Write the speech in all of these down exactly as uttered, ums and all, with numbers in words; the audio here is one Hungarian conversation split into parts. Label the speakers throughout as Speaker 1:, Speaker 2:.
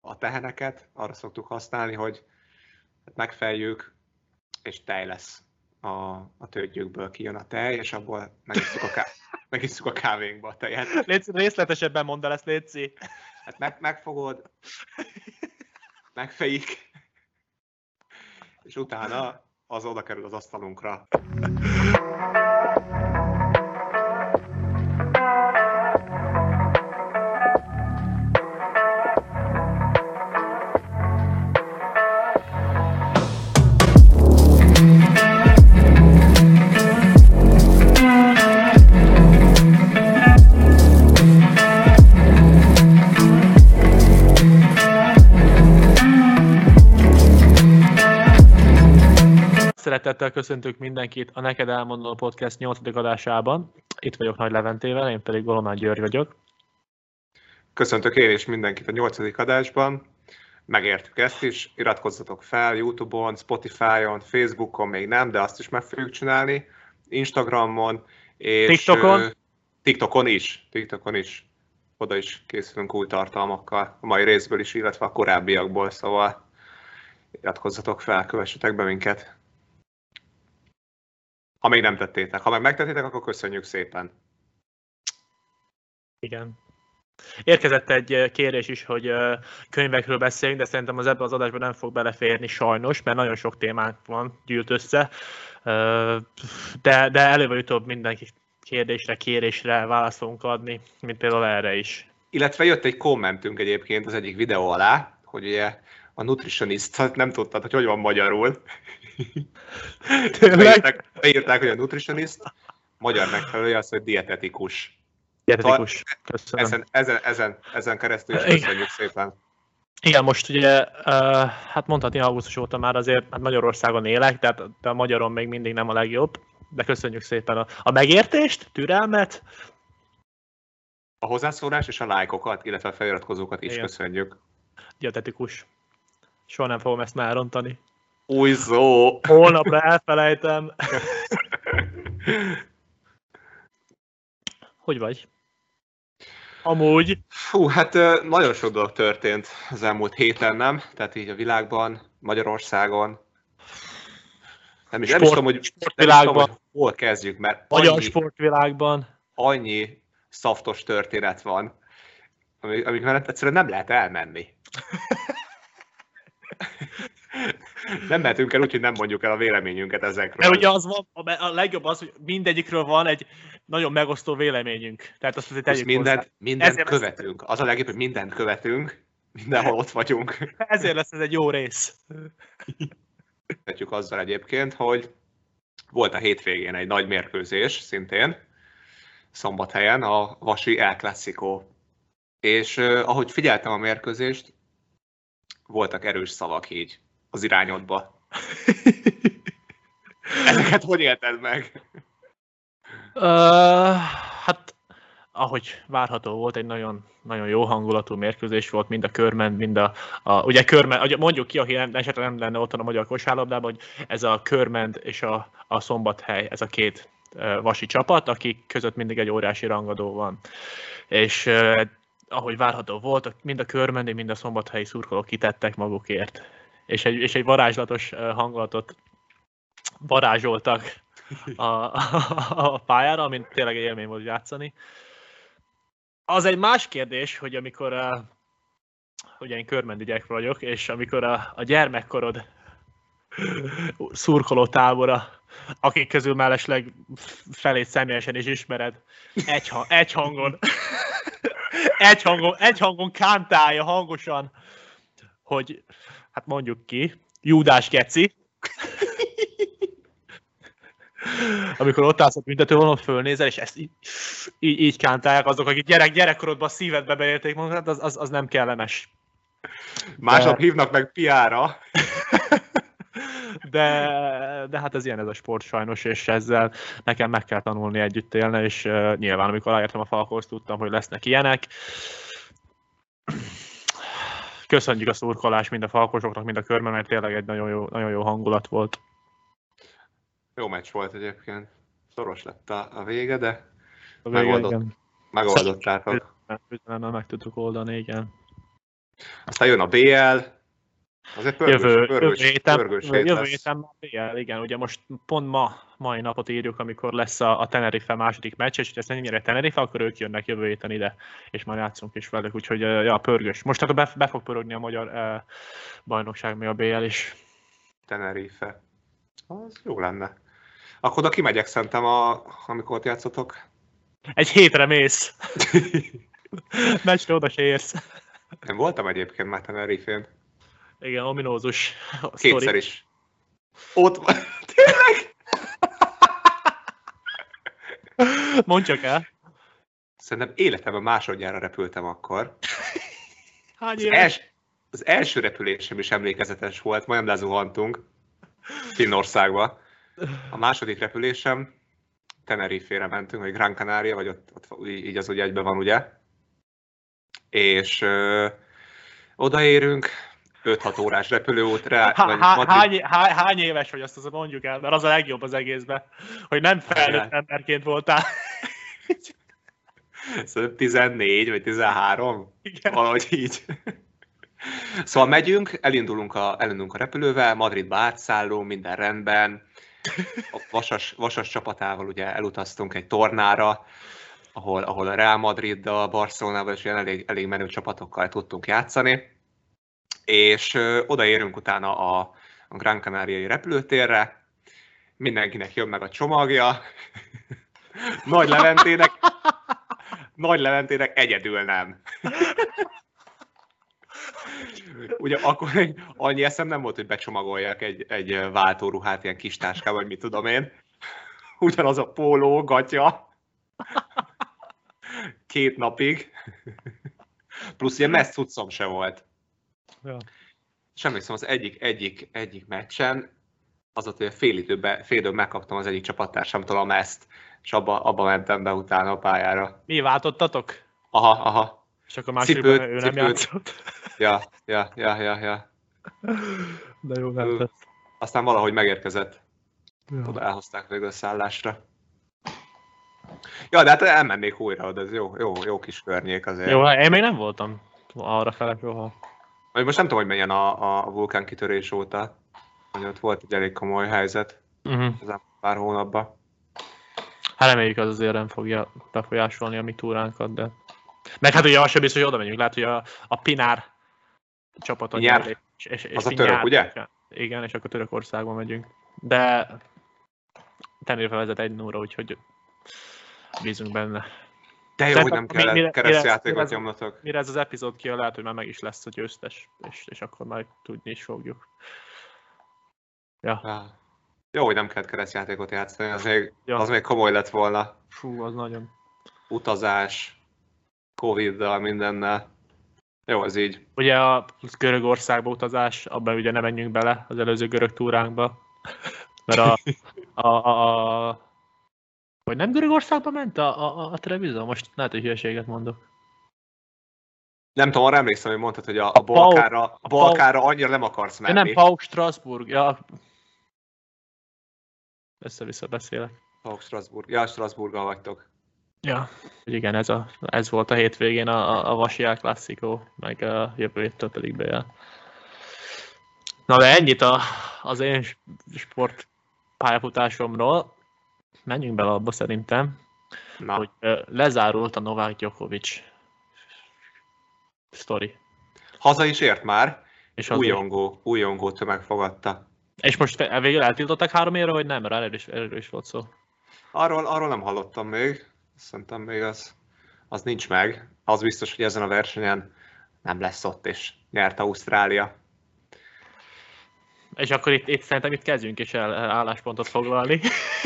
Speaker 1: a teheneket, arra szoktuk használni, hogy megfejjük, és tej lesz a, a tölgyükből, kijön a tej, és abból megisszuk a, ká- megisszuk a kávénkba a tejet.
Speaker 2: Légy, részletesebben mondd el ezt, Léci.
Speaker 1: Hát meg, megfogod, megfejik, és utána az oda kerül az asztalunkra.
Speaker 2: Szeretettel köszöntök mindenkit a Neked Elmondom Podcast nyolcadik adásában. Itt vagyok Nagy Leventével, én pedig Golomán György vagyok.
Speaker 1: Köszöntök én is mindenkit a nyolcadik adásban. Megértük ezt is, iratkozzatok fel YouTube-on, Spotify-on, Facebookon még nem, de azt is meg fogjuk csinálni. Instagramon és
Speaker 2: TikTokon?
Speaker 1: TikTokon is. TikTokon is. Oda is készülünk új tartalmakkal, a mai részből is, illetve a korábbiakból, szóval iratkozzatok fel, kövessetek be minket. Ha még nem tettétek. Ha meg megtettétek, akkor köszönjük szépen.
Speaker 2: Igen. Érkezett egy kérés is, hogy könyvekről beszéljünk, de szerintem az ebben az adásban nem fog beleférni sajnos, mert nagyon sok témánk van, gyűlt össze. De, de előbb-utóbb mindenki kérdésre, kérésre válaszolunk adni, mint például erre is.
Speaker 1: Illetve jött egy kommentünk egyébként az egyik videó alá, hogy ugye a nutritionist, nem tudtad, hogy hogy van magyarul. Beírták, beírták, hogy a nutritionist, magyar megfelelője az, hogy dietetikus.
Speaker 2: Dietetikus, köszönöm.
Speaker 1: Ezen, ezen, ezen, ezen keresztül is köszönjük szépen.
Speaker 2: Igen, most ugye, uh, hát mondhatni augusztus óta már azért hát Magyarországon élek, tehát de a magyaron még mindig nem a legjobb, de köszönjük szépen a, a megértést, türelmet.
Speaker 1: A hozzászólás és a lájkokat, illetve a feliratkozókat is igen. Köszönjük.
Speaker 2: Dietetikus. Soha nem fogom ezt már rontani.
Speaker 1: Új szó!
Speaker 2: Holnapra elfelejtem. Hogy vagy? Amúgy.
Speaker 1: Fú, hát nagyon sok dolog történt az elmúlt héten, nem? Tehát így a világban, Magyarországon. Nem is, Sport, nem is tudom, hogy, nem is tudom, hogy hol kezdjük, mert
Speaker 2: magyar
Speaker 1: annyi,
Speaker 2: sportvilágban
Speaker 1: annyi szaftos történet van, amik mellett egyszerűen nem lehet elmenni. Nem mehetünk el, úgyhogy nem mondjuk el a véleményünket ezekről.
Speaker 2: Mert ugye az van, a legjobb az, hogy mindegyikről van egy nagyon megosztó véleményünk. Tehát azt azért tegyük
Speaker 1: mindent, mindent követünk. Az a legjobb, hogy mindent követünk, mindenhol ott vagyunk.
Speaker 2: Ezért lesz ez egy jó rész.
Speaker 1: Tetjük azzal egyébként, hogy volt a hétvégén egy nagy mérkőzés, szintén, Szombathelyen, a Vasi El Clasico. És uh, ahogy figyeltem a mérkőzést, voltak erős szavak így az irányodba. Ezeket hogy élted meg?
Speaker 2: Uh, hát, ahogy várható volt, egy nagyon, nagyon jó hangulatú mérkőzés volt, mind a Körmend, mind a... a ugye Körmend, mondjuk ki, aki nem, esetleg nem lenne otthon a magyar kosárlabdában, hogy ez a Körmend és a, a Szombathely, ez a két uh, vasi csapat, akik között mindig egy óriási rangadó van. És uh, ahogy várható volt, mind a körmendi, mind a szombathelyi szurkolók kitettek magukért. És egy, és egy varázslatos hangulatot varázsoltak a, a, a pályára, amint tényleg egy élmény volt játszani. Az egy más kérdés, hogy amikor, a, ugye én körmendi gyerek vagyok, és amikor a, a gyermekkorod szurkoló tábora, akik közül mellesleg felét személyesen is ismered, egy, egy hangon Egy hangon, egy hangon kántálja hangosan, hogy, hát mondjuk ki, Júdás geci. Amikor ott állsz a büntetővonalon, fölnézel, és ezt így, így, így kántálják azok, akik gyerek, gyerekkorodban szívedbe beérték magukat, az, az, az nem kellemes.
Speaker 1: Másnap de... hívnak meg piára.
Speaker 2: De, de hát ez ilyen ez a sport sajnos, és ezzel nekem meg kell tanulni együtt élni, és uh, nyilván amikor elértem a Falkhoz, tudtam, hogy lesznek ilyenek. Köszönjük a szurkolást mind a falkosoknak, mind a körben, mert tényleg egy nagyon jó, nagyon jó hangulat volt.
Speaker 1: Jó meccs volt egyébként. Szoros lett a, a vége, de
Speaker 2: a vége,
Speaker 1: megoldott, megoldottátok.
Speaker 2: Üzenemmel meg tudtuk oldani, igen.
Speaker 1: Aztán jön a bé el, azért pörgős,
Speaker 2: Jövő,
Speaker 1: pörgős,
Speaker 2: jövő héten,
Speaker 1: pörgős hét
Speaker 2: jövő
Speaker 1: lesz.
Speaker 2: héten már bé el, igen, ugye most pont ma, mai napot írjuk, amikor lesz a, a Tenerife második meccs, és ha ezt nem nyeri a Tenerife, akkor ők jönnek jövő héten ide, és már játszunk is velük, úgyhogy ja, pörgős. Most hát be, be fog pörögni a magyar eh, bajnokság, még a bé el is.
Speaker 1: Tenerife. Az jó lenne. Akkor oda kimegyek szerintem, a, amikor ott játszotok.
Speaker 2: Egy hétre mész. Meccsre oda se érsz.
Speaker 1: Én voltam egyébként már Tenerife-n.
Speaker 2: Igen, ominózus.
Speaker 1: Kétszer
Speaker 2: sztori.
Speaker 1: is. Ott van. Tényleg?
Speaker 2: Mondd csak el.
Speaker 1: Szerintem életemben másodjára repültem akkor.
Speaker 2: Hány
Speaker 1: Az,
Speaker 2: éves?
Speaker 1: els, az első repülésem is emlékezetes volt, majdnem lezuhantunk Finnországba. A második repülésem Tenerife-re mentünk, vagy Gran Canaria, vagy ott, ott így az ugye egyben van, ugye? És ö, odaérünk, öt-hat órás repülőút, rá,
Speaker 2: Há,
Speaker 1: vagy
Speaker 2: há,
Speaker 1: Madrid.
Speaker 2: hány, há, hány éves vagy, azt, azt mondjuk el, mert az a legjobb az egészben, hogy nem felnőtt
Speaker 1: Hát.
Speaker 2: emberként voltál.
Speaker 1: Szerintem tizennégy vagy tizenhárom,
Speaker 2: Igen.
Speaker 1: valahogy így. Szóval megyünk, elindulunk a, elindulunk a repülővel, Madridba átszállunk, minden rendben. A Vasas, Vasas csapatával ugye elutaztunk egy tornára, ahol, ahol a Real Madrid, a Barcelonával és ilyen elég, elég menő csapatokkal tudtunk játszani. És ö, odaérünk utána a, a Gran Canariai repülőtérre, mindenkinek jön meg a csomagja, Nagy Leventének, Nagy Leventének egyedül nem. Ugye akkor egy, annyi eszem nem volt, hogy becsomagoljak egy, egy váltóruhát, ilyen kis táskával, vagy mit tudom én. Ugyanaz a póló, gatya. Két napig. Plusz ilyen messz cuccom se volt.
Speaker 2: Ja.
Speaker 1: És emlékszem, az egyik, egyik, egyik meccsen, az ott, hogy fél időben, fél időben megkaptam az egyik csapattársamtól a meszt, és abba, abba mentem be utána a pályára.
Speaker 2: Mi váltottatok?
Speaker 1: Aha, aha.
Speaker 2: És akkor másodikban
Speaker 1: Cipőt,
Speaker 2: ő nem
Speaker 1: cipőt.
Speaker 2: játszott.
Speaker 1: Ja, ja, ja, ja, ja.
Speaker 2: De jó lehetett.
Speaker 1: Aztán valahogy megérkezett.
Speaker 2: Ja.
Speaker 1: Oda elhozták végül a szállásra. Ja, de hát elmennék újra, de ez jó, jó, jó kis környék azért.
Speaker 2: Jó, én még nem voltam arra fele soha.
Speaker 1: Vagy most nem tudom, hogy menjen a, a vulkánkitörés óta. Hogy ott volt egy elég komoly helyzet
Speaker 2: Uh-huh.
Speaker 1: az pár hónapban.
Speaker 2: Hát reméljük, az azért nem fogja befolyásolni a mi túránkat, de... Meg hát ugye az sem biztos, hogy oda megyünk. Lehet, hogy a, a Pinár csapaton
Speaker 1: Nyár.
Speaker 2: nyer, és, és, és
Speaker 1: Az a
Speaker 2: Pinár-
Speaker 1: török, ugye?
Speaker 2: Igen, és akkor Törökországba megyünk. De Tenerife vezet egy nulla, úgyhogy bízunk benne.
Speaker 1: De jó,
Speaker 2: Tehát
Speaker 1: hogy nem
Speaker 2: mi-
Speaker 1: kell
Speaker 2: mire-
Speaker 1: keresztjátékot
Speaker 2: mire-
Speaker 1: nyomnotok.
Speaker 2: Mire ez az epizód kijön, lehet, hogy már meg is lesz a győztes, és, és akkor majd tudni is fogjuk. Ja,
Speaker 1: Ja. Jó, hogy nem kellett keresztjátékot játszani, az még,
Speaker 2: Ja.
Speaker 1: az még komoly lett volna.
Speaker 2: fú, az nagyon...
Speaker 1: Utazás, Coviddal, mindennel. Jó, az így.
Speaker 2: Ugye a Görögországba utazás, abban ugye nem menjünk bele az előző görög túránkba, mert a, a, a, a vagy nem Görögországba ment a, a, a Treviso? Most lehet, hogy hülyeséget mondok.
Speaker 1: Nem tudom, arra emlékszem, hogy mondtad, hogy a, a
Speaker 2: A Pau-
Speaker 1: Balkára, a
Speaker 2: a Pau-
Speaker 1: Balkára annyira nem akarsz
Speaker 2: Ja,
Speaker 1: menni.
Speaker 2: nem, Pauk Strasbourg. Ja. Össze-vissza beszélek.
Speaker 1: Pauk Strasbourg. Ja, Strasbourggal vagytok.
Speaker 2: Ja. Igen, ez, a, ez volt a hétvégén a, a Vasi El Clasico, meg a jövő héttől pedig bé el. Na de ennyit a, az én sport pályafutásomról. Menjünk bele abba szerintem,
Speaker 1: Na,
Speaker 2: hogy ö, lezárult a Novák Djokovic sztori.
Speaker 1: haza is ért már.
Speaker 2: És, az
Speaker 1: Újongó, újongó tömeg fogadta.
Speaker 2: és most fe- végül eltiltották három évre, vagy nem? Mert erről is, erről is volt szó.
Speaker 1: Arról, arról nem hallottam még. Szerintem még az, az nincs meg. Az biztos, hogy ezen a versenyen nem lesz ott, és nyert Ausztrália.
Speaker 2: És akkor itt, itt szerintem itt kezdjünk is el álláspontot foglalni.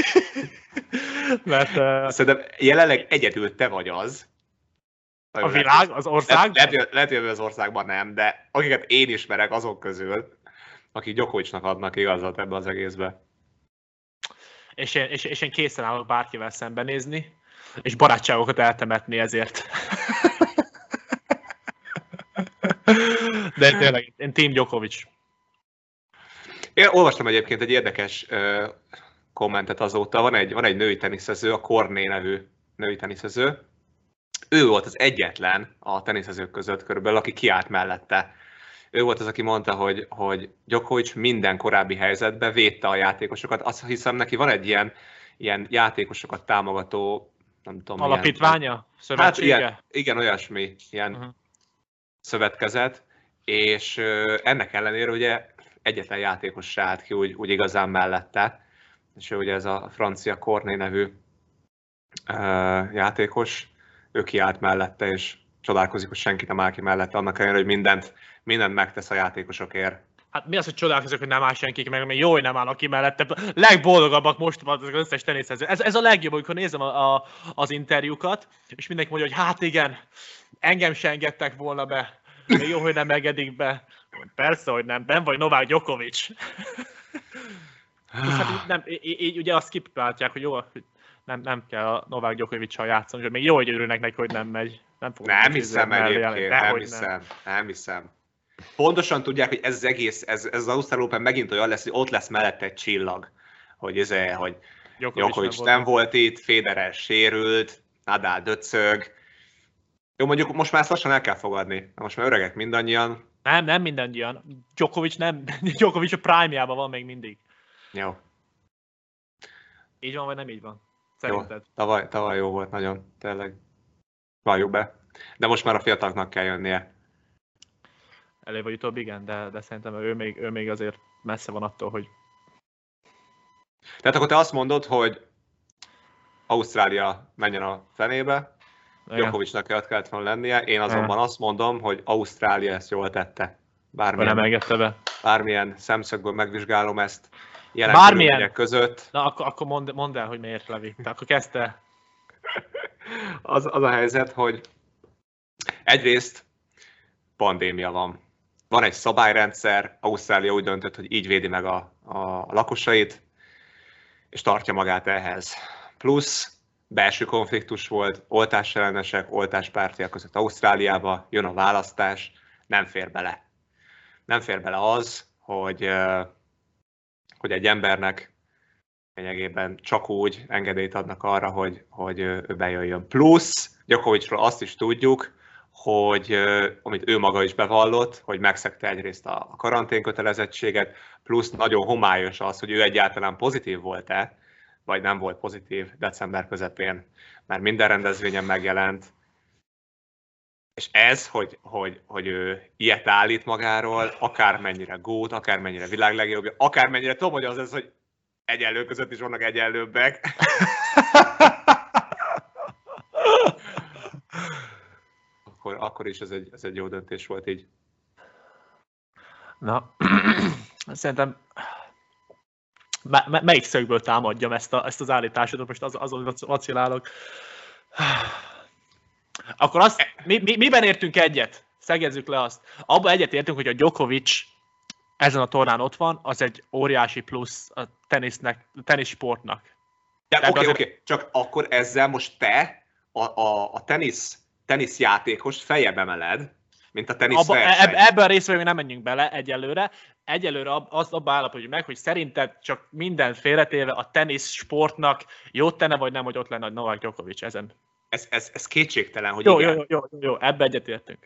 Speaker 2: Mert uh,
Speaker 1: Szerintem jelenleg egyedül te vagy az.
Speaker 2: a világ, az ország...
Speaker 1: Lehet, lehet, lehet, hogy az országban nem, de akiket én ismerek azok közül, akik Djokovicnak adnak igazat ebbe az egészbe.
Speaker 2: És én, és, és én készen állok bárkivel szembenézni, és barátságokat eltemetni ezért. De tényleg, én Team Djokovic.
Speaker 1: Én olvastam egyébként egy érdekes uh, kommentet azóta. Van egy, van egy női teniszező, a Corné nevű női teniszező, ő volt az egyetlen a teniszezők között körülbelül, aki kiállt mellette. Ő volt az, aki mondta, hogy, hogy Djokovic minden korábbi helyzetben védte a játékosokat. Azt hiszem, neki van egy ilyen, ilyen játékosokat támogató, nem tudom,
Speaker 2: alapítványa?
Speaker 1: Ilyen,
Speaker 2: szövetsége?
Speaker 1: Hát ilyen, igen, olyasmi, ilyen uh-huh. szövetkezet, és ennek ellenére ugye egyetlen játékos se állt ki úgy, úgy igazán mellette, és ő ugye ez a francia Cornet nevű uh, játékos, ő kiállt mellette, és csodálkozik, hogy senki nem áll ki mellette, annak ellenére, hogy mindent, mindent megtesz a játékosokért.
Speaker 2: Hát mi az, hogy csodálkozok, hogy nem áll senki, meg még jó, hogy nem állnak ki mellette. Legboldogabbak most van az összes teniszező. Ez, ez a legjobb, amikor nézem a, a, az interjúkat, és mindenki mondja, hogy hát igen, engem se engedtek volna be. Még jó, hogy nem engedik be. Persze, hogy nem. Ben vagy Novák Djokovic. Hát nem, így, így ugye azt kiplátják, hogy jó, nem, nem kell a Novák Djokovic-sal játszani, hogy még jó, hogy örülnek neki, hogy nem megy.
Speaker 1: Nem, nem hiszem egyébként, nem hiszem, nem. nem hiszem. Pontosan tudják, hogy ez az egész, ez, ez az Ausztrál Open megint olyan lesz, hogy ott lesz mellette egy csillag, hogy, ez, hogy Djokovic nem, nem volt itt, Federer sérült, Nadal döcög. Jó, mondjuk most már ezt lassan el kell fogadni, most már öregek mindannyian.
Speaker 2: Nem, nem mindannyian. Djokovic nem, Djokovic a prime-jában van még mindig.
Speaker 1: Jó.
Speaker 2: Így van, vagy nem így van? Szerinted?
Speaker 1: Jó, tavaly, tavaly jó volt nagyon, tényleg. Valljuk be. De most már a fiataloknak kell jönnie.
Speaker 2: Előbb vagy utóbb igen, de, de szerintem ő még, ő még azért messze van attól, hogy...
Speaker 1: Tehát akkor te azt mondod, hogy Ausztrália menjen a fenébe, Djokovicnak kellett volna lennie, én azonban igen. Azt mondom, hogy Ausztrália ezt jól tette. Bármilyen,
Speaker 2: nem engedte be.
Speaker 1: Bármilyen szemszögből megvizsgálom ezt
Speaker 2: jelen körülmények között. Na akkor, akkor mondd, mondd el, hogy miért, Levi. Tehát akkor kezdte.
Speaker 1: az, az a helyzet, hogy egyrészt pandémia van. Van egy szabályrendszer, Ausztrália úgy döntött, hogy így védi meg a, a lakosait, és tartja magát ehhez. Plusz belső konfliktus volt, oltásellenesek, oltáspártiak között Ausztráliába, jön a választás, nem fér bele. Nem fér bele az, hogy, hogy egy embernek lényegében csak úgy engedélyt adnak arra, hogy, hogy ő bejöjjön. Plusz Djokovicról azt is tudjuk, hogy amit ő maga is bevallott, hogy megszegte egyrészt a karanténkötelezettséget, plusz nagyon homályos az, hogy ő egyáltalán pozitív volt-e, vagy nem volt pozitív december közepén, mert minden rendezvényen megjelent. És ez, hogy, hogy, hogy ő ilyet állít magáról, akármennyire gót, akármennyire világ legjobbja, akármennyire tudom, hogy az ez, hogy egyenlő között is vannak egyenlőbbek. Akkor, akkor is ez egy, ez egy jó döntés volt így.
Speaker 2: Na, szerintem m- melyik szögből támadjam ezt, a, ezt az állításodat, most az, azon vacilálok. Akkor azt, mi, mi, miben értünk egyet? Szegezzük le azt. Abban egyet értünk, hogy a Djokovic ezen a tornán ott van, az egy óriási plusz a tenisznek, a teniszsportnak.
Speaker 1: Oké, oké, okay, okay. Csak akkor ezzel most te a, a, a tenisz teniszjátékost feljebb emeled, mint a teniszverseny.
Speaker 2: Eb, ebben a részben még nem menjünk bele egyelőre. Egyelőre azt abban állapodjuk meg, hogy szerinted csak minden félretéve a tenisz sportnak jót tenne, vagy nem, hogy ott lenne a Novák Djokovic ezen.
Speaker 1: Ez, ez, ez kétségtelen, hogy
Speaker 2: jó,
Speaker 1: igen.
Speaker 2: Jó, jó, jó, jó, ebben egyetértünk.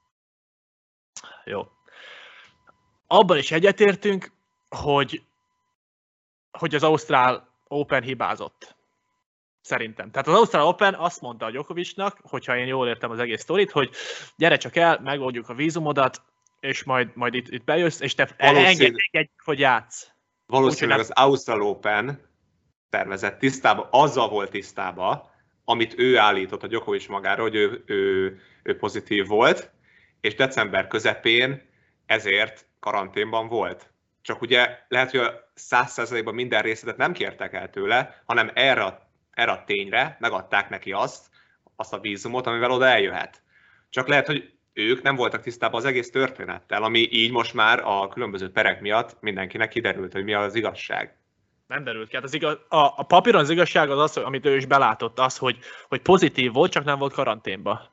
Speaker 2: Jó. Abban is egyetértünk, hogy, hogy az Ausztrál Open hibázott. Szerintem. Tehát az Ausztrál Open azt mondta a Djokovicnak, hogyha én jól értem az egész sztorit, hogy gyere csak el, megoldjuk a vízumodat, és majd, majd itt, itt bejössz, és te engedj egy, hogy játsz.
Speaker 1: Valószínűleg úgy, az Ausztrál Open tervezett tisztában, azzal volt tisztában, amit ő állított a Djokovic magára, hogy ő, ő, ő pozitív volt, és december közepén ezért karanténban volt. Csak ugye lehet, hogy a száz százalékban minden részletet nem kértek el tőle, hanem erre a, erre a tényre megadták neki azt, azt a vízumot, amivel oda eljöhet. Csak lehet, hogy ők nem voltak tisztában az egész történettel, ami így most már a különböző perek miatt mindenkinek kiderült, hogy mi az igazság.
Speaker 2: Nem derült ki. Hát az igaz, a, a papíron az igazság az az, amit ő is belátott, az, hogy, hogy pozitív volt, csak nem volt karanténban.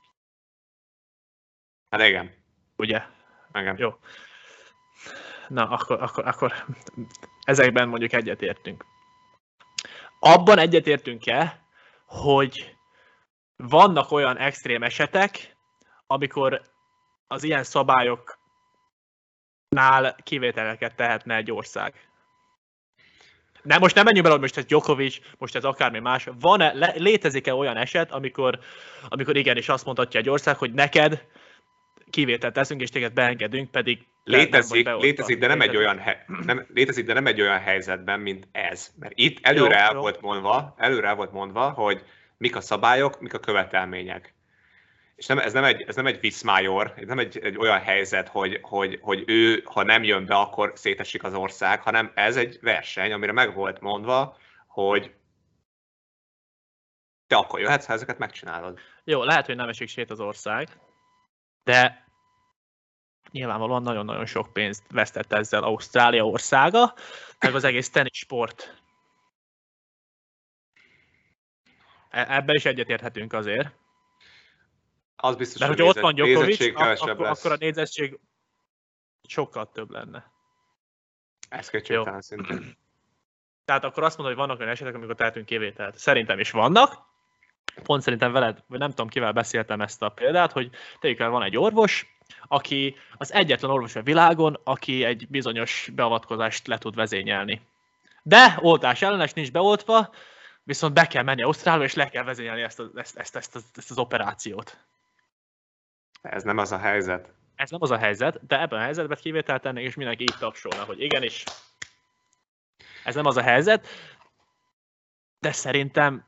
Speaker 1: Hát igen.
Speaker 2: Ugye?
Speaker 1: Igen.
Speaker 2: Jó. Na, akkor, akkor, akkor ezekben mondjuk egyetértünk. Abban egyetértünk-e, hogy vannak olyan extrém esetek, amikor az ilyen szabályoknál kivételeket tehetne egy ország. Nem, most nem menjünk bele, hogy most ez Djokovic, most ez akármi más. Van-e, le, létezik-e olyan eset, amikor, amikor igenis azt mondhatja egy ország, hogy neked kivételt teszünk, és téged beengedünk, pedig
Speaker 1: létezik, létezik, de nem egy olyan he- nem, létezik, de nem egy olyan helyzetben, mint ez. Mert itt előre jó, el jó. volt mondva, előre el volt mondva, hogy mik a szabályok, mik a követelmények. És nem, ez, nem egy, ez nem egy viszmájor, ez nem egy, egy olyan helyzet, hogy, hogy, hogy ő, ha nem jön be, akkor szétesik az ország, hanem ez egy verseny, amire meg volt mondva, hogy te akkor jöhetsz, ha ezeket megcsinálod.
Speaker 2: Jó, lehet, hogy nem esik szét az ország, de nyilvánvalóan nagyon-nagyon sok pénzt vesztett ezzel Ausztrália országa, meg az egész tenisport. Ebben is egyetérthetünk azért.
Speaker 1: Az biztos,
Speaker 2: de
Speaker 1: hogy
Speaker 2: hogyha ott van Djokovic,
Speaker 1: akkor,
Speaker 2: akkor a nézettség sokkal több lenne.
Speaker 1: Ez kétségtelen szintén.
Speaker 2: Tehát akkor azt mondod, hogy vannak olyan esetek, amikor tehetünk kivételt. Szerintem is vannak. Pont szerintem veled, vagy nem tudom kivel beszéltem ezt a példát, hogy tegyük el, van egy orvos, aki az egyetlen orvos a világon, aki egy bizonyos beavatkozást le tud vezényelni. De oltás ellenes, nincs beoltva, viszont be kell menni Ausztráliába, és le kell vezényelni ezt, a, ezt, ezt, ezt, ezt az operációt.
Speaker 1: Ez nem az a helyzet.
Speaker 2: Ez nem az a helyzet, de ebben a helyzetben kivételt tennék, és mindenki így tapsolna, hogy igenis, ez nem az a helyzet, de szerintem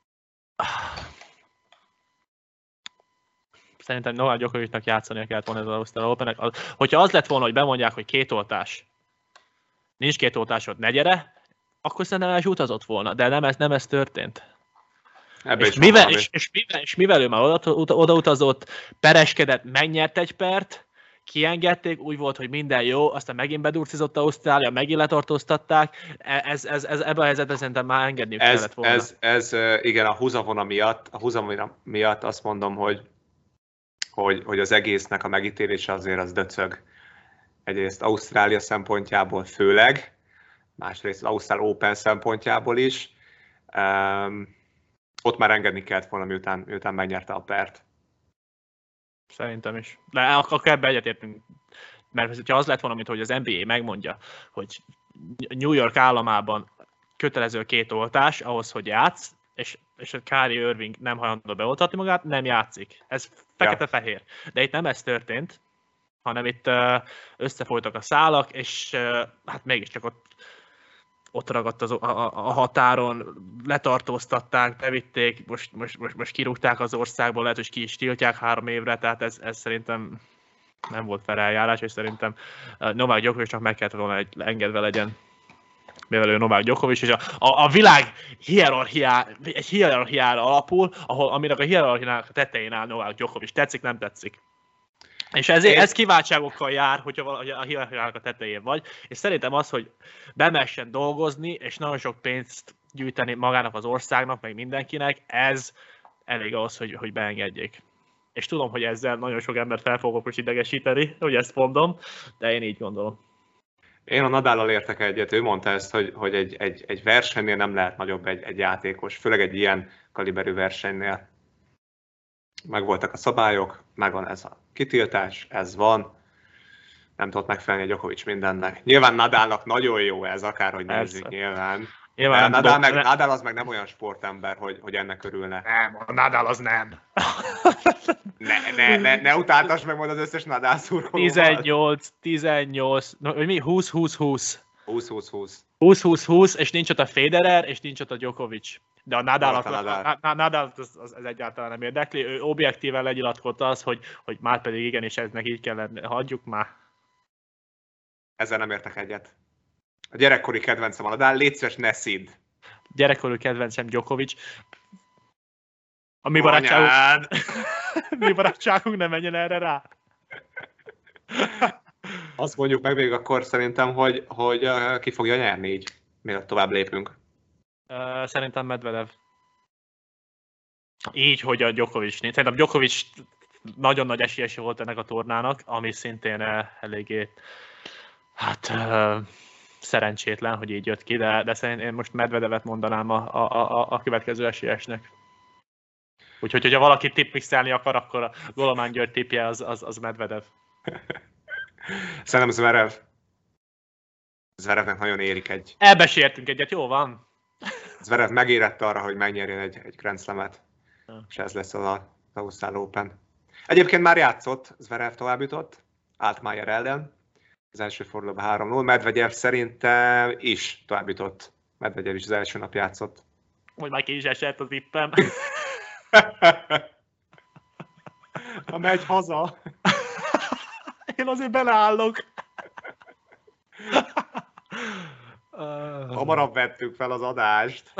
Speaker 2: szerintem Novák Djokovicnak játszania kellett volna ez az Ausztrál Opennek. Hogyha az lett volna, hogy bemondják, hogy két oltás, nincs két oltásod, ne gyere, akkor szerintem el is utazott volna, de nem ez, nem ez történt. És mivel, és, és, mivel, és mivel ő már oda, oda utazott, pereskedett, megnyert egy pert, kiengedték, úgy volt, hogy minden jó, aztán megint bedurcizott Ausztrália, megint letartóztatták, ez, ez, ez, ebben a helyzetben szerintem már engedniük
Speaker 1: ez,
Speaker 2: kellett volna.
Speaker 1: Ez, ez, igen, a húzavona miatt, a húzavona miatt azt mondom, hogy, hogy, hogy az egésznek a megítélése azért az döcög. Egyrészt Ausztrália szempontjából főleg, másrészt az Ausztrál Open szempontjából is. Um, ott már engedni kellett volna, miután, miután megnyerte a pert.
Speaker 2: Szerintem is. De akkor ebbe egyetértünk. Mert ha az lett volna, mint hogy az en bé á megmondja, hogy New York államában kötelező két oltás ahhoz, hogy játsz, és, és a Kyrie Irving nem hajlandó beoltatni magát, nem játszik. Ez fekete-fehér. De itt nem ez történt, hanem itt összefolytak a szálak, és hát mégiscsak ott ott ragadt az, a, a határon, letartóztatták, bevitték, most, most, most, most kirúgták az országból, lehet, hogy ki is tiltják három évre, tehát ez, ez szerintem nem volt fair eljárás, és szerintem Novák Djokovicnak meg kellett volna egy, engedve legyen, mivel ő Novák Djokovic, és a, a, a világ hierarchiá, egy hierarchiára alapul, ahol, aminek a hierarchiának a tetején áll Novák Djokovic. Tetszik, nem tetszik. És ezért, ez kiváltságokkal jár, hogyha valahogy a hierarchiának a tetején vagy, és szerintem az, hogy bemessen dolgozni, és nagyon sok pénzt gyűjteni magának az országnak, meg mindenkinek, ez elég ahhoz, hogy, hogy beengedjék. És tudom, hogy ezzel nagyon sok embert fel fogok most idegesíteni, hogy ezt mondom, de én így gondolom.
Speaker 1: Én a Nadállal értek egyet, ő mondta ezt, hogy, hogy egy, egy, egy versenynél nem lehet nagyobb egy, egy játékos, főleg egy ilyen kaliberű versenynél. Megvoltak a szabályok, megvan ez a kitiltás, ez van, nem tudott megfelelni a Djokovic mindennek. Nyilván Nadalnak nagyon jó ez, akárhogy nézzük nyilván. Nyilván Nadal, meg, ne... Nadal az meg nem olyan sportember, hogy, hogy ennek örülne.
Speaker 2: Nem, a Nadal az nem.
Speaker 1: ne, ne, ne, ne utáltass meg majd az összes Nadal szurkolóval.
Speaker 2: tizennyolc, tizennyolc, vagy mi? húsz húsz húsz.
Speaker 1: húsz húsz húsz.
Speaker 2: húsz húsz húsz, és nincs ott a Federer, és nincs ott a Djokovic. De a Nadal, a Nadal. A, a Nadal az, az, az egyáltalán nem érdekli. Ő objektíven lenyilatkozta az, hogy, hogy már pedig igenis eznek így kellene. Hagyjuk már.
Speaker 1: Ezzel nem értek egyet. A gyerekkori kedvencem a Nadal, légy szíves, ne szidd.
Speaker 2: Gyerekkori kedvencem Djokovic. A mi barátságunk... mi barátságunk nem menjen erre rá.
Speaker 1: Azt mondjuk meg még akkor szerintem, hogy, hogy ki fogja nyerni így, mielőtt tovább lépünk.
Speaker 2: Uh, szerintem Medvedev. Így, hogy a Djokovic nincs. Szerintem Djokovic nagyon nagy esélyese volt ennek a tornának, ami szintén uh, eléggé hát, uh, szerencsétlen, hogy így jött ki, de, de szerintem én most Medvedevet mondanám a, a, a, a következő esélyesnek. Úgyhogy, hogyha valaki tippmixelni akar, akkor a Golomán György tippje az, az, az Medvedev.
Speaker 1: Szerintem Zverev. Zverevnek nagyon érik egy...
Speaker 2: Ebbe sértünk egyet, jó van.
Speaker 1: Zverev megérett arra, hogy megnyerjen egy, egy Grand Slamet,
Speaker 2: Ja.
Speaker 1: és ez lesz az az Ausztrál Open. Egyébként már játszott, Zverev tovább jutott, Altmaier ellen, az első fordulóban három null, Medvegyev szerintem is tovább jutott. Medvegyev is az első nap játszott.
Speaker 2: Hogy már ki is esett az tippem.
Speaker 1: Ha megy haza.
Speaker 2: Én azért beleállok.
Speaker 1: Hamarabb vettük fel az adást.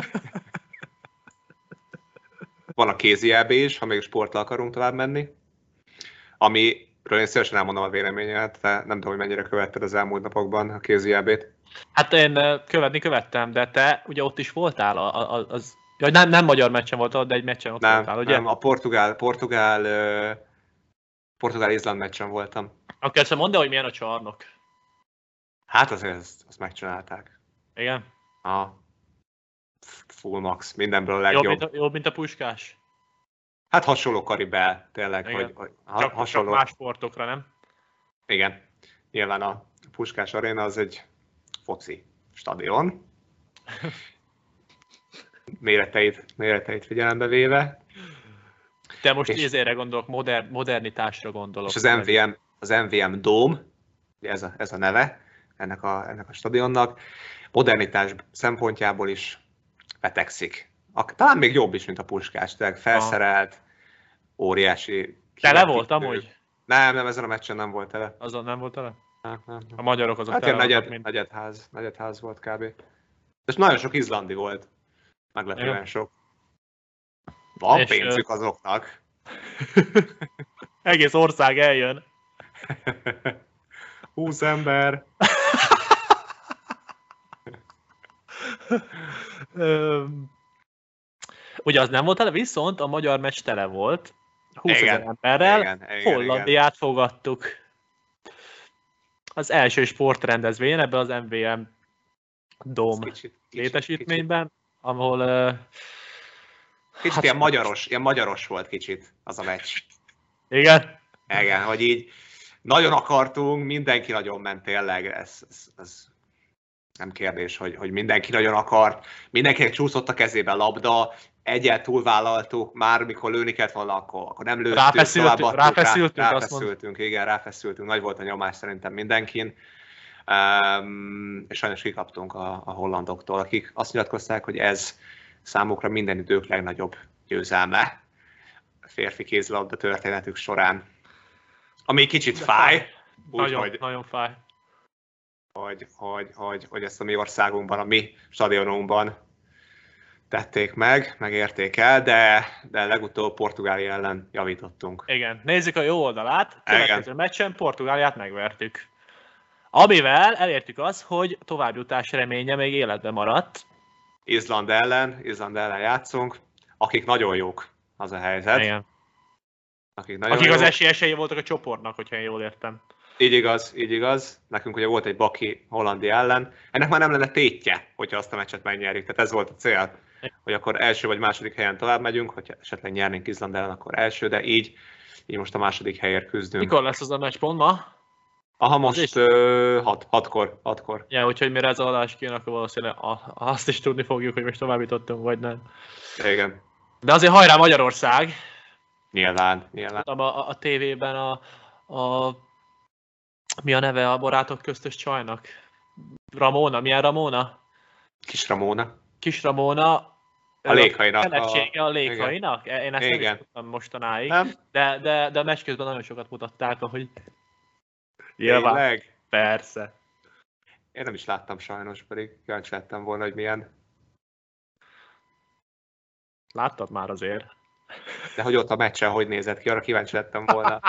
Speaker 1: Van a kézi é bé is, ha még sporttal akarunk tovább menni. Amiről én szívesen elmondom a véleményemet, de nem tudom, hogy mennyire követted az elmúlt napokban a kézi é bét.
Speaker 2: Hát én követni követtem, de te ugye ott is voltál, a, a, az... Ja, nem, nem magyar meccsen voltál, de egy meccsen ott
Speaker 1: nem,
Speaker 2: voltál, ugye?
Speaker 1: Nem, a portugál, portugál, uh, portugál-izland meccsen voltam.
Speaker 2: Akkor ezt mondd el, hogy milyen a csarnok.
Speaker 1: Hát azért ezt, ezt megcsinálták.
Speaker 2: Igen?
Speaker 1: A full max, mindenből a legjobb.
Speaker 2: Jobb, mint a, jobb, mint a Puskás?
Speaker 1: Hát hasonló karibel, tényleg,
Speaker 2: Igen.
Speaker 1: hogy, hogy ha,
Speaker 2: Csak,
Speaker 1: hasonló.
Speaker 2: csak más sportokra, nem?
Speaker 1: Igen, nyilván a Puskás Aréna az egy foci stadion. Méreteit, méreteit figyelembe véve.
Speaker 2: Te most
Speaker 1: És-
Speaker 2: ezére gondolok, modern, modernitásra gondolok.
Speaker 1: És az em vé em, az em vé em Dome, ugye ez a, ez a neve ennek a, ennek a stadionnak, modernitás szempontjából is betegszik. A, talán még jobb is, mint a Puskás, tehát felszerelt, óriási...
Speaker 2: Tele
Speaker 1: kivetítő.
Speaker 2: volt amúgy?
Speaker 1: Nem, nem, ezen a meccsen nem volt tele.
Speaker 2: Azon nem volt tele?
Speaker 1: Nem, nem, nem.
Speaker 2: A magyarok azok
Speaker 1: Hát
Speaker 2: tele
Speaker 1: ilyen
Speaker 2: vannak,
Speaker 1: negyed,
Speaker 2: mint...
Speaker 1: negyedház, negyedház volt kb. És nagyon sok izlandi volt. Meglepően
Speaker 2: Igen.
Speaker 1: sok. Van
Speaker 2: És,
Speaker 1: pénzük azoknak.
Speaker 2: Egész ország eljön.
Speaker 1: húsz ember.
Speaker 2: Öm, Ugye az nem volt tele, viszont a magyar meccs tele volt. húszezer
Speaker 1: Igen,
Speaker 2: emberrel,
Speaker 1: igen, igen,
Speaker 2: Hollandiát fogadtuk. Az első sportrendezvényen ebben az em vé em Dome
Speaker 1: Kicsit, kicsit,
Speaker 2: létesítményben, ahol... Uh,
Speaker 1: Kicsit, kicsit ilyen magyaros, ilyen magyaros volt kicsit az a meccs.
Speaker 2: igen?
Speaker 1: Igen, hogy így nagyon akartunk, mindenki nagyon ment tényleg, ez, ez, ez nem kérdés, hogy, hogy mindenki nagyon akart, mindenkinek csúszott a kezébe labda, egyet túlvállaltuk, már mikor lőni kellett volna, akkor, akkor nem lőttük,
Speaker 2: Ráfeszültünk,
Speaker 1: továbbadtuk,
Speaker 2: ráfeszültünk,
Speaker 1: rá,
Speaker 2: azt
Speaker 1: ráfeszültünk, igen, ráfeszültünk, nagy volt a nyomás szerintem mindenkin, um, és sajnos kikaptunk a, a hollandoktól, akik azt nyilatkozták, hogy ez számukra minden idők legnagyobb győzelme a férfi kézilabda történetük során. Ami kicsit fáj,
Speaker 2: Nagyon,
Speaker 1: úgyhogy
Speaker 2: nagyon fáj.
Speaker 1: hogy, hogy, hogy, hogy ezt a mi országunkban, a mi stadionunkban tették meg, megérték el, de, de legutóbb Portugália ellen javítottunk.
Speaker 2: Igen, nézzük a jó oldalát. Következő
Speaker 1: Igen.
Speaker 2: meccsen Portugáliát megvertük. Amivel elértük azt, hogy továbbjutás reménye még életben maradt.
Speaker 1: Izland ellen, Izland ellen játszunk, akik nagyon jók, az a helyzet.
Speaker 2: Igen.
Speaker 1: Akik, nagyon
Speaker 2: Akik
Speaker 1: jók.
Speaker 2: az esélyesei voltak a csoportnak, hogyha én jól értem.
Speaker 1: Így igaz, így igaz. Nekünk ugye volt egy baki Hollandia ellen. Ennek már nem lenne tétje, hogyha azt a meccset megnyerjük. Tehát ez volt a cél, hogy akkor első vagy második helyen tovább megyünk, hogyha esetleg nyernénk Izland ellen, akkor első, de így, így most a második helyért küzdünk.
Speaker 2: Mikor lesz az a meccs pont ma?
Speaker 1: Aha, most
Speaker 2: is-
Speaker 1: ö, hat, hatkor, hatkor.
Speaker 2: Ja, úgyhogy mire ez az adás kijön, akkor valószínűleg a- azt is tudni fogjuk, hogy most tovább jutottunk, vagy nem.
Speaker 1: Igen,
Speaker 2: De azért hajrá Magyarország!
Speaker 1: nyilván, nyilván.
Speaker 2: A, a, a tévében a, a... Mi a neve a barátok köztös csajnak? Ramona, milyen Ramona?
Speaker 1: Kis Ramóna.
Speaker 2: Kis Ramona.
Speaker 1: A Lékhainak a-
Speaker 2: Felesége a Lékhainak? Én ezt nem
Speaker 1: Igen.
Speaker 2: is tudtam mostanáig.
Speaker 1: Nem?
Speaker 2: De, de, de a meccs közben nagyon sokat mutatták, ahogy... Nyilván,
Speaker 1: Tényleg?
Speaker 2: persze.
Speaker 1: Én nem is láttam sajnos, pedig kíváncsi lettem volna, hogy milyen.
Speaker 2: Láttad már azért?
Speaker 1: De hogy ott a meccsen hogy nézett ki, arra kíváncsi lettem volna.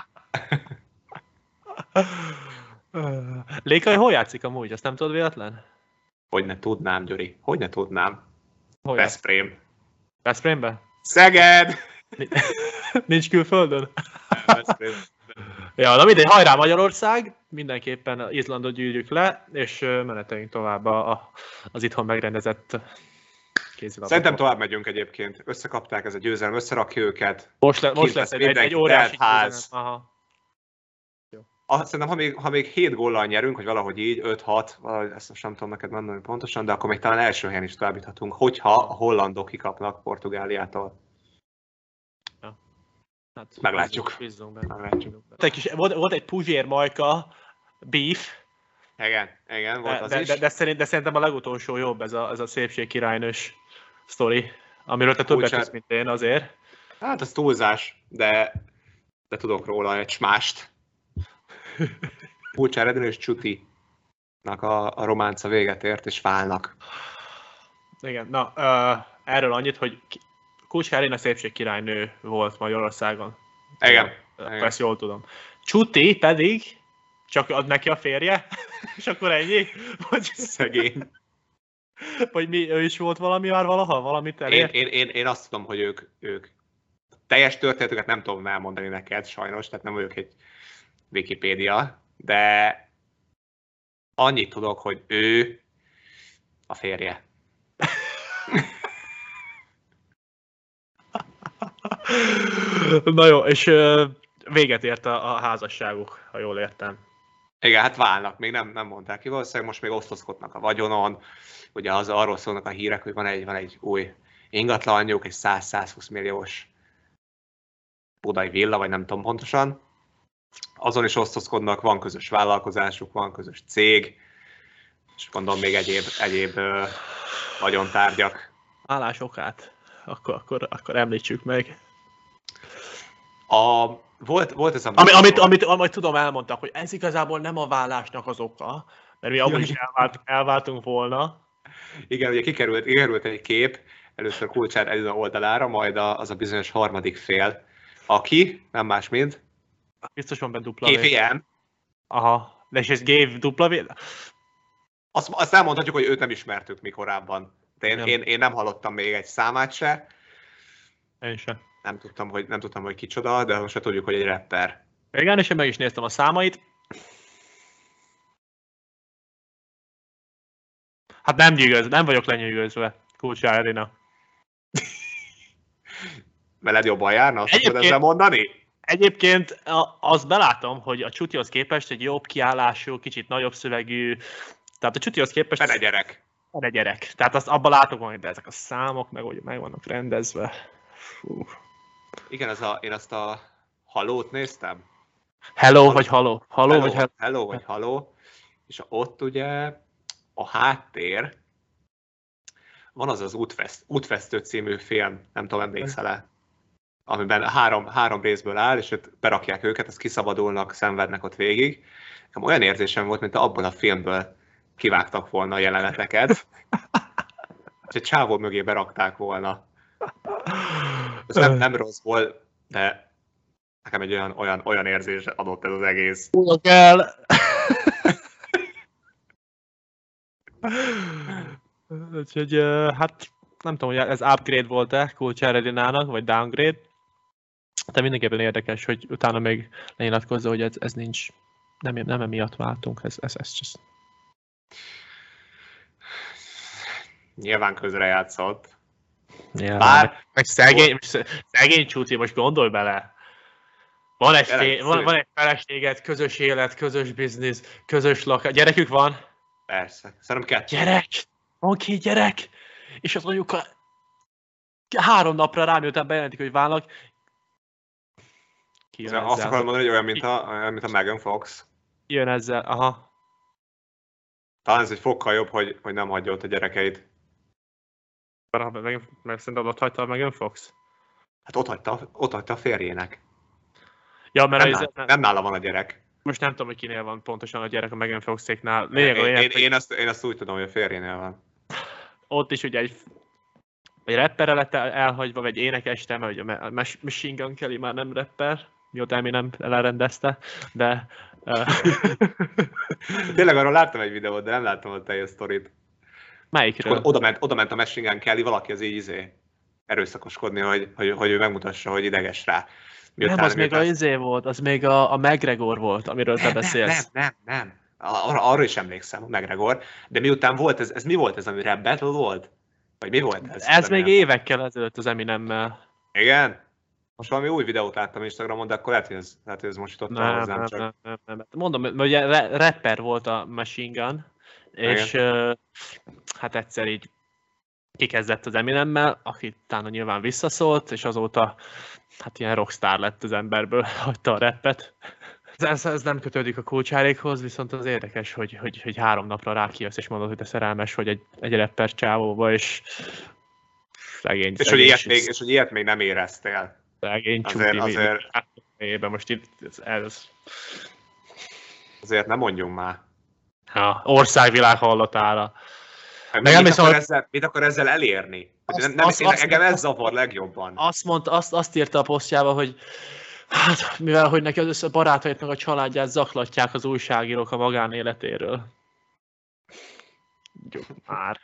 Speaker 2: Lékai hol játszik amúgy? Azt nem tudod véletlen?
Speaker 1: Hogy ne tudnám, Gyuri, hogy ne tudnám.
Speaker 2: Hol játszik?
Speaker 1: Veszprém.
Speaker 2: Veszprémben?
Speaker 1: Szeged!
Speaker 2: Nincs külföldön?
Speaker 1: Nem, Veszprém.
Speaker 2: Ja, na mindegy, hajrá Magyarország! Mindenképpen Izlandot gyűrjük le, és ö, meneteljünk tovább a, a, az itthon megrendezett kézilabda.
Speaker 1: Szerintem tovább megyünk egyébként. Összekapták, ez a győzelem, összerakja őket.
Speaker 2: Most, le, most lesz egy, egy, egy óriási győzelem. Aha.
Speaker 1: Azt szerintem, ha még, ha még hét góllal nyerünk, hogy valahogy így, öt hat, valahogy ezt most nem tudom neked mondani pontosan, de akkor még talán első helyen is továbbíthatunk, hogyha a hollandok kikapnak Portugáliától.
Speaker 2: Ja. Hát,
Speaker 1: meglátjuk.
Speaker 2: Bízzunk benne.
Speaker 1: meglátjuk.
Speaker 2: Volt egy, kis, volt, volt egy Puzsér Majka beef.
Speaker 1: Igen, igen, volt
Speaker 2: de,
Speaker 1: az
Speaker 2: de,
Speaker 1: is.
Speaker 2: De, de, szerint, de szerintem a legutolsó jobb ez a, ez a szépségkirálynős sztori, amiről te többet tudsz, mint én azért.
Speaker 1: Hát az túlzás, de, de tudok róla egy smást. Kulcsár Edén és Csutinak a, a románca véget ért, és válnak.
Speaker 2: Igen, na, uh, erről annyit, hogy Kulcsár Edén a szépségkirálynő volt Magyarországon.
Speaker 1: Igen.
Speaker 2: Uh, ezt jól tudom. Csuti pedig csak ad neki a férje, és akkor ennyi? Vagy
Speaker 1: szegény.
Speaker 2: Vagy mi, ő is volt valami már valaha? Valamit elért?
Speaker 1: Én, én, én, én azt tudom, hogy ők, ők teljes történetüket nem tudom elmondani neked sajnos, tehát nem vagyok egy Wikipédia, de annyit tudok, hogy ő a férje.
Speaker 2: Na jó, és uh, véget ért a, a házasságuk, ha jól értem.
Speaker 1: Igen, hát válnak, még nem, nem mondták ki, valószínűleg most még osztozkodnak a vagyonon, ugye az arról szólnak a hírek, hogy van egy, van egy új ingatlanjuk, egy száz-százhúsz milliós budai villa, vagy nem tudom pontosan. Azon is osztozkodnak, van közös vállalkozásuk, van közös cég, és gondolom még egyéb, egyéb uh, vagyontárgyak.
Speaker 2: Állásokát, akkor, akkor, akkor említsük meg.
Speaker 1: A, volt, volt ez a...
Speaker 2: Ami, amit, amit, amit tudom, elmondtak, hogy ez igazából nem a vállásnak az oka, mert mi amúgy is elvált, elváltunk volna.
Speaker 1: Igen, ugye kikerült, kikerült egy kép, először Kulcsár Edina oldalára, majd a, az a bizonyos harmadik fél, aki, nem más mint...
Speaker 2: Biztos van benne dupla
Speaker 1: vé vé em.
Speaker 2: Aha, de és ez Gave dupla vé?
Speaker 1: Azt, azt elmondhatjuk, hogy őt nem ismertük mi korábban. De én nem. Én, én nem hallottam még egy számát se.
Speaker 2: Én sem.
Speaker 1: Nem tudtam, hogy, nem tudtam, hogy kicsoda, de most se tudjuk, hogy egy rapper.
Speaker 2: Igen, és én meg is néztem a számait. Hát nem győző, nem vagyok lenyűgözve, Kulcsár Edina.
Speaker 1: Veled jobban járna, azt tudod ezzel mondani?
Speaker 2: Egyébként azt belátom, hogy a Csutihoz képest egy jobb kiállású, kicsit nagyobb szövegű, tehát a Csutihoz képest...
Speaker 1: Fene gyerek.
Speaker 2: Fene gyerek. Tehát azt abban látok, hogy ezek a számok meg, hogy meg vannak rendezve. Fú.
Speaker 1: Igen, az a, én azt a Hallót néztem.
Speaker 2: Hello, hello vagy Halló? Halló,
Speaker 1: hello,
Speaker 2: vagy hello?
Speaker 1: Hello vagy Halló. És ott ugye a háttér, van az az Útveszt, Útvesztő című film, nem tudom, emlékszel-e? Amiben három, három részből áll, és ott berakják őket, azt kiszabadulnak, szenvednek ott végig. Nekem olyan érzésem volt, mint abban a filmből kivágtak volna a jeleneteket, és egy csávó mögé berakták volna. Ez nem, nem rossz volt, de nekem egy olyan, olyan, olyan érzés adott ez az egész.
Speaker 2: Tudok el! Úgyhogy, hát nem tudom, hogy ez upgrade volt-e Kulcsár Edinának, vagy downgrade. De mindenképpen érdekes, hogy utána még lenyilatkozza, hogy ez, ez nincs, nem, nem emiatt váltunk, ez, ez, ez csak...
Speaker 1: Nyilván közrejátszott.
Speaker 2: Nyilván, Bár... meg, meg szegény, szegény Csuti, most gondolj bele. Van egy, té, van, van egy feleséget, közös élet, közös biznisz, közös lakás. Gyerekük van?
Speaker 1: Persze, szerintem kettő.
Speaker 2: Gyerek! Van két gyerek! És az anyuka három napra rá, miután bejelentik, hogy válnak.
Speaker 1: Azt akarom mondani, hogy olyan, mint a, olyan, mint a Megan Fox.
Speaker 2: Jön ezzel, aha.
Speaker 1: Talán ez egy fokkal jobb, hogy, hogy nem hagyja ott a gyerekeit.
Speaker 2: Mert szerintem ott hagyta a Megan Fox?
Speaker 1: Hát ott hagyta, ott hagyta a férjének.
Speaker 2: Ja, mert
Speaker 1: nem,
Speaker 2: ez,
Speaker 1: nála, nem nála van a gyerek.
Speaker 2: Most nem tudom, hogy kinél van pontosan a gyerek a Megan Foxéknál.
Speaker 1: Lényeg, én, lényeg, én, hogy... én, azt, én azt úgy tudom, hogy a férjénél van.
Speaker 2: Ott is ugye egy, egy rapperre lett elhagyva, vagy énekeste, mert ugye a Machine Gun Kelly már nem rapper, mióta Eminem elrendezte, de... Uh...
Speaker 1: Tényleg arról láttam egy videót, de nem láttam a teljes sztorit.
Speaker 2: Melyikről?
Speaker 1: Oda ment, oda ment a Machine Gun Kelly, valaki az így izé erőszakoskodni, hogy, hogy, hogy ő megmutassa, hogy ideges rá.
Speaker 2: Miután, nem, az még az izé volt, az még a, a McGregor volt, amiről nem, te beszélsz.
Speaker 1: Nem, nem, nem, nem. Ar- arra is emlékszem, a McGregor. De miután volt ez, ez mi volt ez, ami rap battle volt? Vagy mi volt ez?
Speaker 2: Ez még évekkel ezelőtt az Eminemmel.
Speaker 1: Igen? Most valami új videót láttam Instagramon, de akkor lehet, hogy ez, lehet, hogy ez most jutott el hozzám
Speaker 2: Nem,
Speaker 1: csak.
Speaker 2: nem, nem, nem. Mondom, mert ugye rapper volt a Machine Gun, és uh, hát egyszer így kikezdett az Eminemmel, aki utána nyilván visszaszólt, és azóta hát ilyen rockstar lett az emberből, hagyta a rappet. Ez, ez nem kötődik a kulcsárékhoz, viszont az érdekes, hogy, hogy, hogy három napra rákijössz, és mondod, hogy te szerelmes vagy egy, egy rapper csávóba, és szegény,
Speaker 1: és, hogy ilyet még, és hogy ilyet még nem éreztél.
Speaker 2: Szegény
Speaker 1: azért,
Speaker 2: csuti,
Speaker 1: azért,
Speaker 2: éppen most itt ez...
Speaker 1: Azért nem mondjunk már.
Speaker 2: Ja, országvilág hallatára.
Speaker 1: Meg mit, akar szóval... ezzel, mit akar ezzel elérni? Azt, nem, nem, azt, én, azt, engem ez zavar legjobban.
Speaker 2: Azt, mondta, azt, azt írta a posztjába, hogy hát, mivel hogy neki az össze barátait meg a családját zaklatják az újságírók a magánéletéről. Jó, már.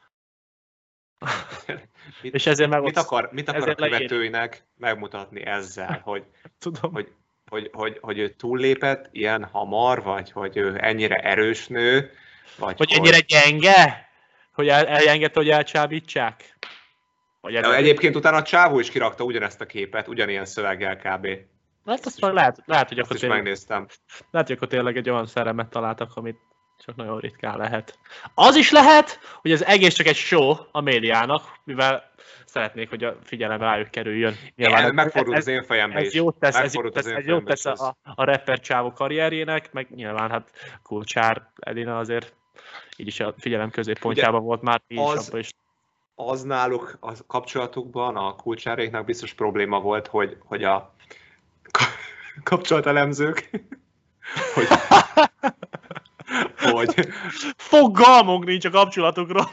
Speaker 1: mit,
Speaker 2: és ezért meg
Speaker 1: mit akar, mit akar a követőinek leír. megmutatni ezzel, hogy,
Speaker 2: Tudom.
Speaker 1: Hogy, hogy, hogy, hogy ő túllépett ilyen hamar, vagy hogy ő ennyire erős nő, vagy
Speaker 2: hogy, hogy... ennyire gyenge? Hogy el, elengedte, hogy elcsábítsák?
Speaker 1: Vagy ez egyébként utána a csávó is kirakta ugyanezt a képet, ugyanilyen szöveggel kb.
Speaker 2: Hát azt már lehet, lehet, hogy akkor
Speaker 1: tényleg, megnéztem.
Speaker 2: Lehet, hogy akkor tényleg egy olyan szerelmet találtak, amit csak nagyon ritkán lehet. Az is lehet, hogy az egész csak egy show a médiának, mivel szeretnék, hogy a figyelem rájuk kerüljön.
Speaker 1: Nyilván, megfordult az én fejembe
Speaker 2: ez
Speaker 1: is.
Speaker 2: Jót tesz, ez jót tesz, ez jót tesz a, a rapper csávó karrierjének, meg nyilván hát Kulcsár Edina azért így is a figyelem középpontjában ugye, volt már így
Speaker 1: az,
Speaker 2: is.
Speaker 1: Az náluk a kapcsolatukban, a Kulcsáréknak biztos probléma volt, hogy, hogy a kapcsolatelemzők, hogy, hogy
Speaker 2: fogalmunk nincs a kapcsolatukról.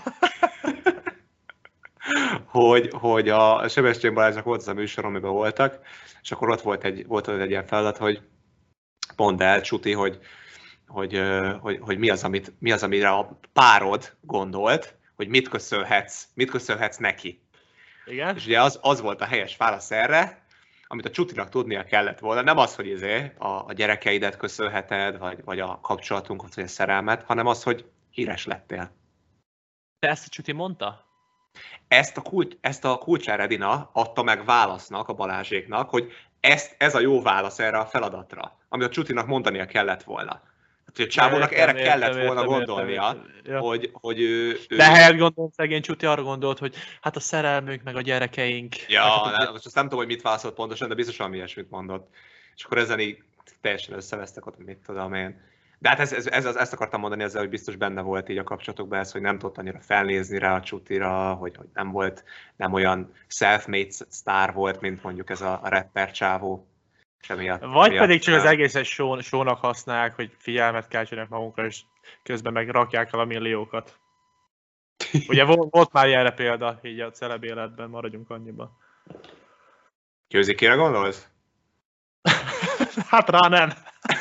Speaker 1: hogy, hogy a Sebestyén Balázsnak volt az a műsor, amiben voltak, és akkor ott volt egy, volt egy ilyen feladat, hogy mondd el, Csuti, hogy, hogy, hogy, hogy mi, az, amit, mi az, amire a párod gondolt, hogy mit köszönhetsz, mit köszönhetsz neki.
Speaker 2: Igen?
Speaker 1: És ugye az, az volt a helyes válasz erre, amit a Csutinak tudnia kellett volna. Nem az, hogy izé a, a gyerekeidet köszönheted, vagy, vagy a kapcsolatunkat, vagy a szerelmet, hanem az, hogy híres lettél.
Speaker 2: De ezt a Csuti mondta?
Speaker 1: Ezt a, kult, ezt a Kulcsár Edina adta meg válasznak a Balázséknak, hogy ezt, ez a jó válasz erre a feladatra, amit a Csutinak mondania kellett volna. Hát, a csávónak erre értem, kellett értem, volna értem, gondolnia, értem, értem. Hogy, hogy ő... ő...
Speaker 2: De helyett gondolom, szegény Csuti arra gondolt, hogy hát a szerelmünk, meg a gyerekeink...
Speaker 1: Ja,
Speaker 2: hát,
Speaker 1: nem, most azt nem tudom, hogy mit válaszolt pontosan, de biztosan valami ilyesmit mondott. És akkor ezen így teljesen összevesztek ott, mit tudom én. De hát ez, ez, ez, ezt akartam mondani ezzel, hogy biztos benne volt így a kapcsolatokban ez, hogy nem tudott annyira felnézni rá a Csutira, hogy, hogy nem volt, nem olyan self-made sztár volt, mint mondjuk ez a, a rapper csávó. Emiatt,
Speaker 2: Vagy
Speaker 1: emiatt
Speaker 2: pedig csak nem. Az egészet show, show-nak használják, hogy figyelmet keltsenek magunkra, és közben meg rakják el a milliókat. Ugye volt, volt már ilyenre példa, így a celeb életben, maradjunk annyiban.
Speaker 1: Győzikére gondolsz?
Speaker 2: Hát rá nem.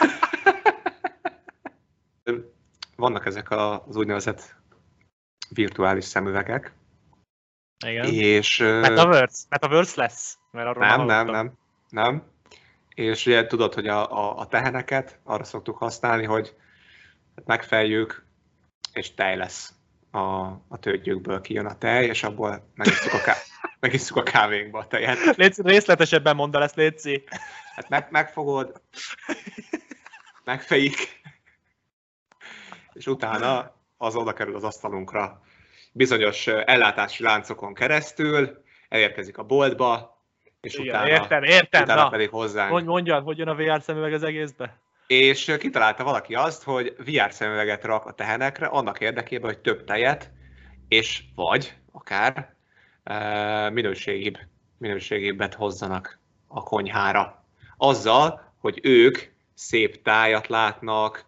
Speaker 1: Vannak ezek az úgynevezett virtuális szemüvegek.
Speaker 2: Igen.
Speaker 1: És,
Speaker 2: Metaverse? Metaverse lesz? Mert arról
Speaker 1: nem, nem, nem, nem. És ugye tudod, hogy a, a, a teheneket arra szoktuk használni, hogy megfejjük, és tej lesz a, a tölgyükből, kijön a tej, és abból megisszuk a, ká... megisszuk a kávénkba a tejet.
Speaker 2: Léci, részletesebben mondd el ezt, Léci.
Speaker 1: Hát meg, megfogod, megfejik, és utána az oda kerül az asztalunkra. Bizonyos ellátási láncokon keresztül, elérkezik a boltba, és
Speaker 2: igen,
Speaker 1: utána,
Speaker 2: értem, értem,
Speaker 1: utána
Speaker 2: na.
Speaker 1: pedig hozzánk.
Speaker 2: Mondjad, hogy jön a vé er szemüveg az egészbe?
Speaker 1: És kitalálta valaki azt, hogy vé er szemüveget rak a tehenekre, annak érdekében, hogy több tejet, és vagy akár minőségibb, minőségibbet hozzanak a konyhára. Azzal, hogy ők szép tájat látnak,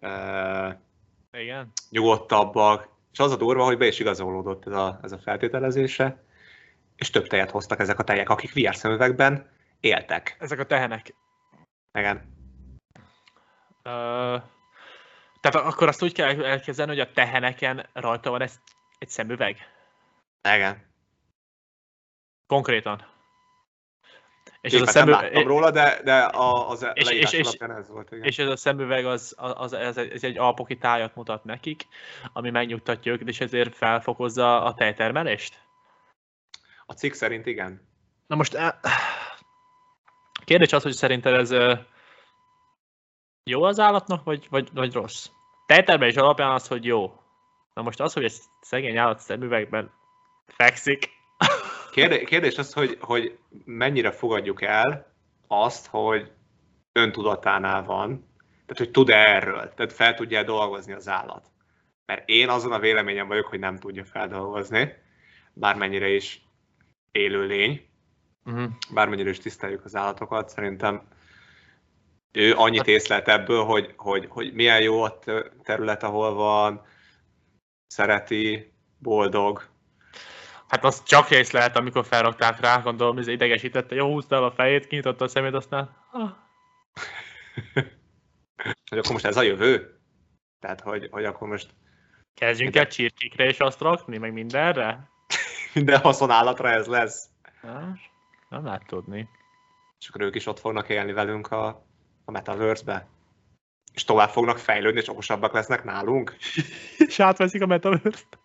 Speaker 2: igen.
Speaker 1: nyugodtabbak, és az a durva, hogy be is igazolódott ez a, ez a feltételezése, és több tejet hoztak ezek a tejek, akik vé er szemüvegben éltek.
Speaker 2: Ezek a tehenek.
Speaker 1: Igen.
Speaker 2: Uh, tehát akkor azt úgy kell elkezdeni, hogy a teheneken rajta van ez egy szemüveg?
Speaker 1: Igen.
Speaker 2: Konkrétan.
Speaker 1: És ez a szemüveg... nem láttam róla, de, de az leírás alapján ez volt. Igen.
Speaker 2: És ez a szemüveg az, az, az, ez egy alpoki tájat mutat nekik, ami megnyugtatja őket, és ezért felfokozza a tejtermelést?
Speaker 1: A cikk szerint igen.
Speaker 2: Na most a kérdés az, hogy szerinted ez jó az állatnak, vagy, vagy, vagy rossz? Tejtermelés alapján az, hogy jó. Na most az, hogy egy szegény állat szemüvegben fekszik.
Speaker 1: Kérdés az, hogy, hogy mennyire fogadjuk el azt, hogy öntudatánál van, tehát hogy tud-e erről, tehát fel tudja dolgozni az állat. Mert én azon a véleményem vagyok, hogy nem tudja feldolgozni, bármennyire is élő lény, uh-huh. bármennyire is tiszteljük az állatokat, szerintem ő annyit észlelt ebből, hogy, hogy, hogy milyen jó a terület, ahol van, szereti, boldog.
Speaker 2: Hát az csak észlelt, amikor felrakták rá, gondolom, ez idegesítette, jó, húzta el a fejét, kinyitotta a szemét, aztán... Ah.
Speaker 1: Hogy akkor most ez a jövő? Tehát, hogy, hogy akkor most...
Speaker 2: Kezdjünk el csirkékre és azt rakni, meg mindenre?
Speaker 1: Minden haszonállatra ez lesz.
Speaker 2: Na, nem lehet tudni.
Speaker 1: És akkor ők is ott fognak élni velünk a, a Metaverse-be. És tovább fognak fejlődni, és okosabbak lesznek nálunk.
Speaker 2: És átveszik a Metaverse-t.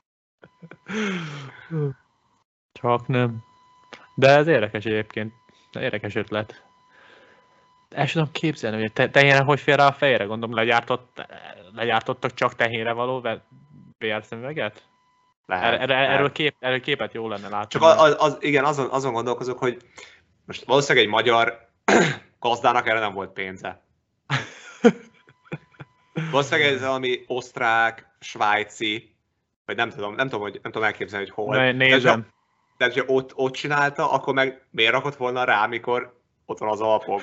Speaker 2: Csak nem. De ez érdekes egyébként. Érdekes ötlet. El sem tudom képzelni, hogy te, tehénre hogy fér rá a fejére? Gondolom legyártott, legyártottak csak tehénre való vé er szemüveget? Lehet, er, er, erről, kép, erről képet jó lenne látni.
Speaker 1: Csak az, az, igen, azon, azon gondolkozok, hogy most valószínűleg egy magyar gazdának erre nem volt pénze. Valószínűleg ez valami osztrák, svájci, vagy nem tudom, nem tudom, hogy, nem tudom elképzelni, hogy hol.
Speaker 2: Ne, nézem.
Speaker 1: De ha ott, ott csinálta, akkor meg miért rakott volna rá, amikor ott van az Alpok?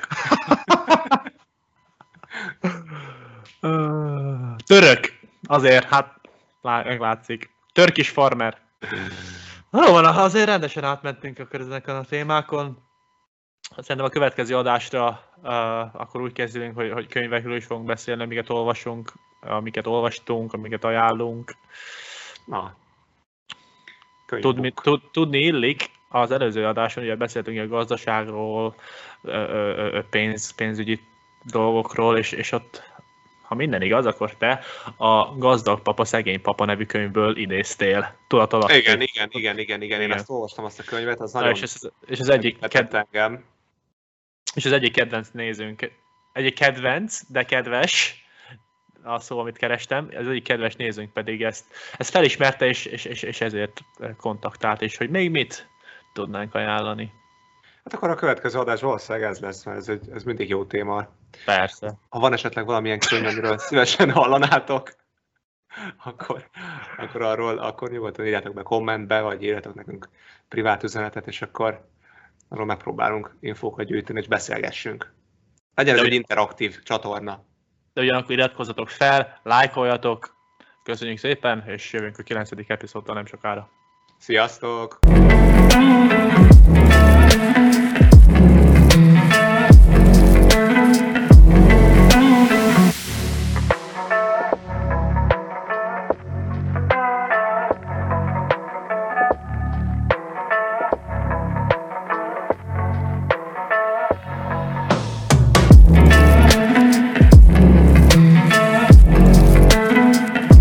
Speaker 2: Török! Azért, hát meglátszik. Turkish farmer. Na van, azért rendesen átmentünk akkor ezeken a témákon. Szerintem a következő adásra uh, akkor úgy kezdünk, hogy, hogy könyvekről is fogunk beszélni, amiket olvasunk, amiket olvastunk, amiket ajánlunk.
Speaker 1: Na.
Speaker 2: Tudni, tud, tudni illik, az előző adáson ugye beszéltünk a gazdaságról, pénz, pénzügyi dolgokról, és, és ott, ha minden igaz, akkor te a Gazdag Papa, Szegény Papa nevű könyvből idéztél. Tudat alatt.
Speaker 1: Igen, igen, igen, igen, igen, én ezt olvastam, azt a könyvet, az nagyon
Speaker 2: és, ez, és az egyik
Speaker 1: ked... engem.
Speaker 2: És az egyik kedvenc nézőnk, egyik kedvenc, de kedves, a szó, amit kerestem, az egyik kedves nézőnk pedig ezt, ezt felismerte, és, és, és, és ezért kontaktált, és hogy még mit tudnánk ajánlani.
Speaker 1: Hát akkor a következő adás valószínűleg ez lesz, mert ez, egy, ez mindig jó téma.
Speaker 2: Persze.
Speaker 1: Ha van esetleg valamilyen könyv, amiről szívesen hallanátok, akkor, akkor arról akkor nyugodtan írjátok be kommentbe, vagy írjátok nekünk privát üzenetet, és akkor arról megpróbálunk infókat gyűjteni, és beszélgessünk. Legyen ez egy interaktív csatorna.
Speaker 2: De ugyanakkor iratkozzatok fel, lájkoljatok, köszönjük szépen, és jövünk a kilencedik epizóddal nem sokára.
Speaker 1: Sziasztok!